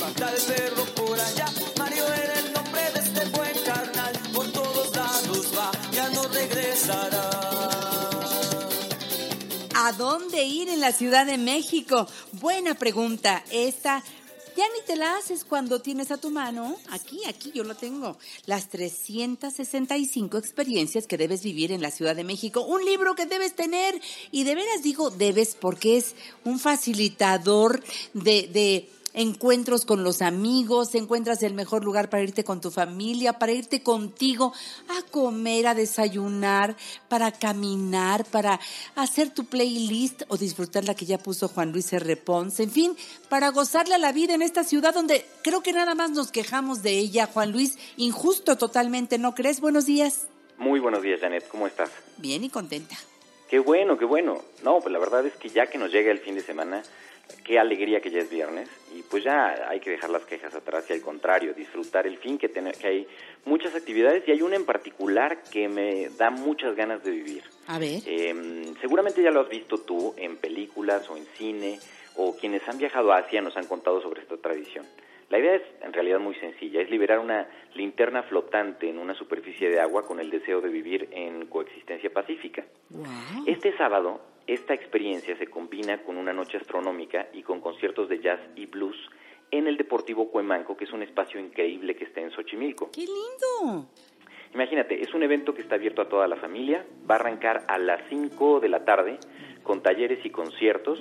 pata el perro por allá. Mario era el nombre de este buen carnal. Por todos lados va, ya no regresará. ¿A dónde ir en la Ciudad de México? Buena pregunta. Esta ya ni te la haces cuando tienes a tu mano. Aquí yo lo tengo. Las 365 experiencias que debes vivir en la Ciudad de México. Un libro que debes tener. Y de veras digo debes porque es un facilitador de encuentros con los amigos, encuentras el mejor lugar para irte con tu familia, para irte contigo a comer, a desayunar, para caminar, para hacer tu playlist o disfrutar la que ya puso Juan Luis R. Pons, en fin, para gozarle a la vida en esta ciudad donde creo que nada más nos quejamos de ella, Juan Luis, injusto totalmente, ¿no crees? Buenos días. Muy buenos días, Janet, ¿cómo estás? Bien y contenta. Qué bueno, qué bueno. No, pues la verdad es que ya que nos llega el fin de semana, qué alegría que ya es viernes, y pues ya hay que dejar las quejas atrás y al contrario, disfrutar el fin, que hay muchas actividades y hay una en particular que me da muchas ganas de vivir. A ver. Seguramente ya lo has visto tú en películas o en cine, o quienes han viajado a Asia nos han contado sobre esta tradición. La idea es en realidad muy sencilla, es liberar una linterna flotante en una superficie de agua con el deseo de vivir en coexistencia pacífica. Wow. Este sábado, esta experiencia se combina con una noche astronómica y con conciertos de jazz y blues en el Deportivo Cuemanco, que es un espacio increíble que está en Xochimilco. ¡Qué lindo! Imagínate, es un evento que está abierto a toda la familia, va a arrancar a las 5 de la tarde con talleres y conciertos.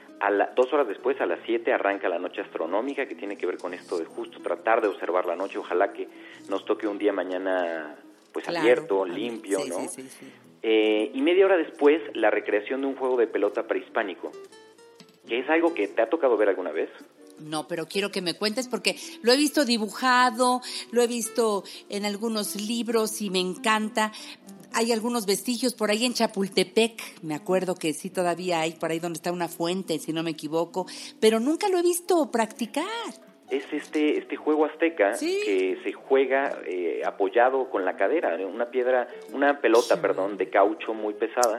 2 horas después, a las 7, arranca la noche astronómica, que tiene que ver con esto de justo tratar de observar la noche. Ojalá que nos toque un día mañana pues claro, abierto, limpio, sí, ¿no? Sí. Y media hora después, la recreación de un juego de pelota prehispánico, que es algo que te ha tocado ver alguna vez. No, pero quiero que me cuentes porque lo he visto dibujado, lo he visto en algunos libros y me encanta. Hay algunos vestigios por ahí en Chapultepec, me acuerdo que sí todavía hay por ahí donde está una fuente, si no me equivoco, pero nunca lo he visto practicar. Es este juego azteca, ¿sí?, que se juega apoyado con la cadera, una pelota, de caucho muy pesada,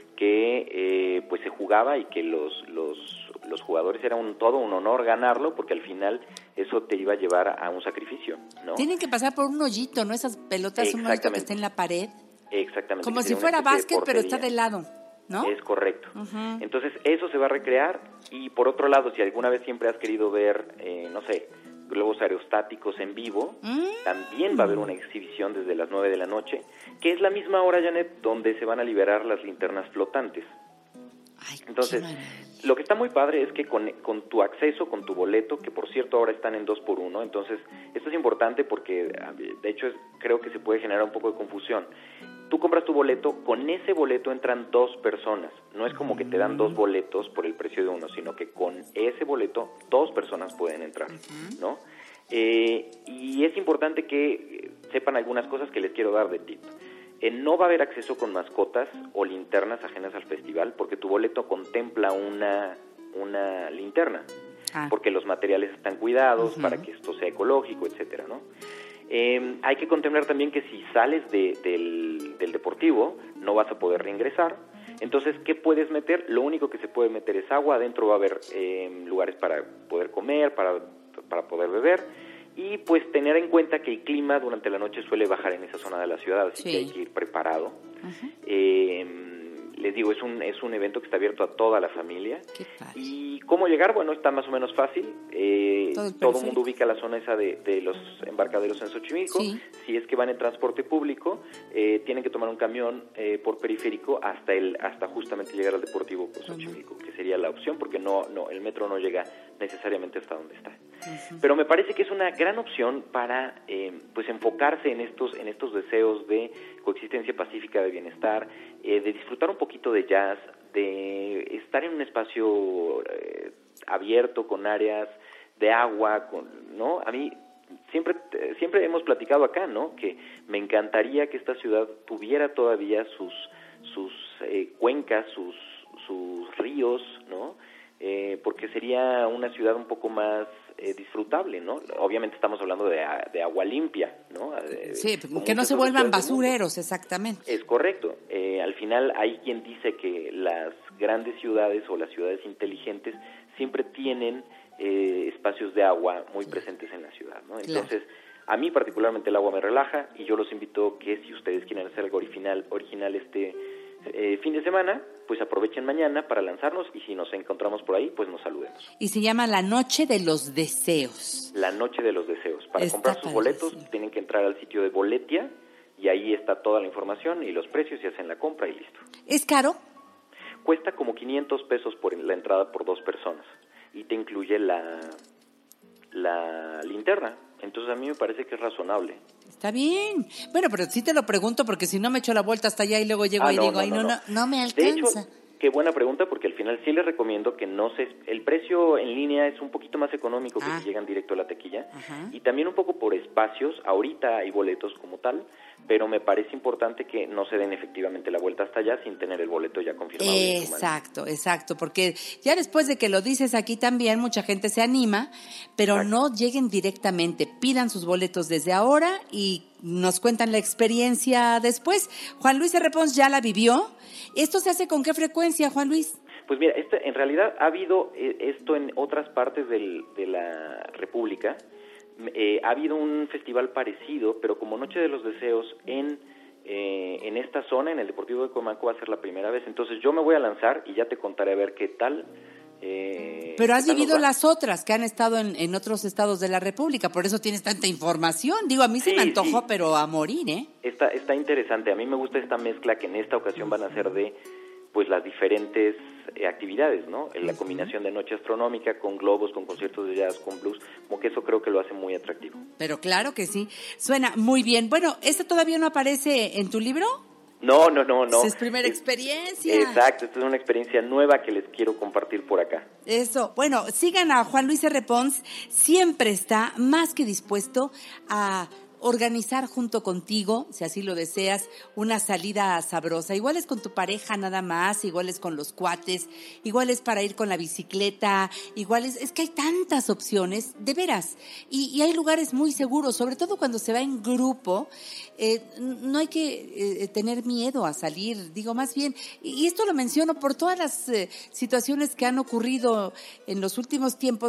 que pues se jugaba y que los jugadores era todo un honor ganarlo, porque al final eso te iba a llevar a un sacrificio, ¿no? Tienen que pasar por un hoyito, ¿no? Esas pelotas, un hoyito que está en la pared. Exactamente. Como si fuera básquet, pero está de lado, ¿no? Es correcto. Uh-huh. Entonces, eso se va a recrear, y por otro lado, si alguna vez siempre has querido ver, globos aerostáticos en vivo, también va a haber una exhibición desde las 9 de la noche, que es la misma hora, Janet, donde se van a liberar las linternas flotantes. Ay, entonces, lo que está muy padre es que con tu acceso, con tu boleto, que por cierto ahora están en 2x1, entonces esto es importante porque de hecho creo que se puede generar un poco de confusión. Tú compras tu boleto, con ese boleto entran 2 personas, no es como que te dan 2 boletos por el precio de uno, sino que con ese boleto 2 personas pueden entrar, ¿no? Y es importante que sepan algunas cosas que les quiero dar de tip. No va a haber acceso con mascotas o linternas ajenas al festival, porque tu boleto contempla una linterna, porque los materiales están cuidados para que esto sea ecológico, etcétera, ¿no? Hay que contemplar también que si sales del deportivo no vas a poder reingresar. Entonces, ¿qué puedes meter? Lo único que se puede meter es agua. Adentro va a haber lugares para poder comer, para poder beber. Y pues tener en cuenta que el clima durante la noche suele bajar en esa zona de la ciudad, así que hay que ir preparado. Les digo, es un evento que está abierto a toda la familia. ¿Y cómo llegar? Bueno, está más o menos fácil. Todo el mundo ubica la zona esa de los embarcaderos en Xochimilco. Sí. Si es que van en transporte público, tienen que tomar un camión por periférico hasta justamente llegar al Deportivo Xochimilco, que sería la opción, porque no el metro no llega necesariamente hasta donde está. Pero me parece que es una gran opción para pues enfocarse en estos deseos de coexistencia pacífica, de bienestar, de disfrutar un poquito de jazz, de estar en un espacio abierto con áreas de agua, ¿no? A mí siempre hemos platicado acá, ¿no? Que me encantaría que esta ciudad tuviera todavía sus cuencas, sus ríos, ¿no? Porque sería una ciudad un poco más disfrutable, ¿no? Obviamente estamos hablando de agua limpia, ¿no? Sí, que no se vuelvan basureros, exactamente. Es correcto. Al final hay quien dice que las grandes ciudades o las ciudades inteligentes siempre tienen espacios de agua muy presentes en la ciudad, ¿no? Entonces, a mí particularmente el agua me relaja y yo los invito que si ustedes quieren hacer algo original este fin de semana, pues aprovechen mañana para lanzarnos y si nos encontramos por ahí, pues nos saludemos. Y se llama La Noche de los Deseos. La Noche de los Deseos. Para Está comprar sus padrísimo. boletos tienen que entrar al sitio de Boletia y ahí está toda la información y los precios y hacen la compra y listo. ¿Es caro? Cuesta como 500 pesos por la entrada por 2 personas y te incluye la linterna. Entonces a mí me parece que es razonable. Está bien. Bueno, pero sí te lo pregunto porque si no me echo la vuelta hasta allá y luego llego y digo, no me alcanza. De hecho, qué buena pregunta, porque al final sí les recomiendo que el precio en línea es un poquito más económico que si llegan directo a la taquilla. Ajá. Y también un poco por espacios. Ahorita hay boletos como tal, pero me parece importante que no se den efectivamente la vuelta hasta allá sin tener el boleto ya confirmado. Exacto, porque ya después de que lo dices aquí también, mucha gente se anima, pero no lleguen directamente, pidan sus boletos desde ahora y nos cuentan la experiencia después. Juan Luis R. Pons ya la vivió. ¿Esto se hace con qué frecuencia, Juan Luis? Pues mira, en realidad ha habido esto en otras partes de la República. Ha habido un festival parecido, pero como Noche de los Deseos en esta zona, en el Deportivo de Comanco, va a ser la primera vez. Entonces yo me voy a lanzar y ya te contaré a ver qué tal. Pero has vivido las otras que han estado en otros estados de la República, por eso tienes tanta información. Digo, a mí se me antojó, pero a morir, ¿eh? Está interesante. A mí me gusta esta mezcla que en esta ocasión van a ser de pues las diferentes actividades, ¿no? La combinación de noche astronómica con globos, con conciertos de jazz, con blues, como que eso creo que lo hace muy atractivo. Pero claro que sí. Suena muy bien. Bueno, ¿este todavía no aparece en tu libro? No. Es primera experiencia. Exacto, esta es una experiencia nueva que les quiero compartir por acá. Eso, bueno, sigan a Juan Luis R. Pons, siempre está más que dispuesto a organizar junto contigo, si así lo deseas, una salida sabrosa. Igual es con tu pareja nada más, igual es con los cuates, igual es para ir con la bicicleta, igual es que hay tantas opciones, de veras. Y hay lugares muy seguros, sobre todo cuando se va en grupo. No hay que tener miedo a salir, digo más bien, y esto lo menciono por todas las situaciones que han ocurrido en los últimos tiempos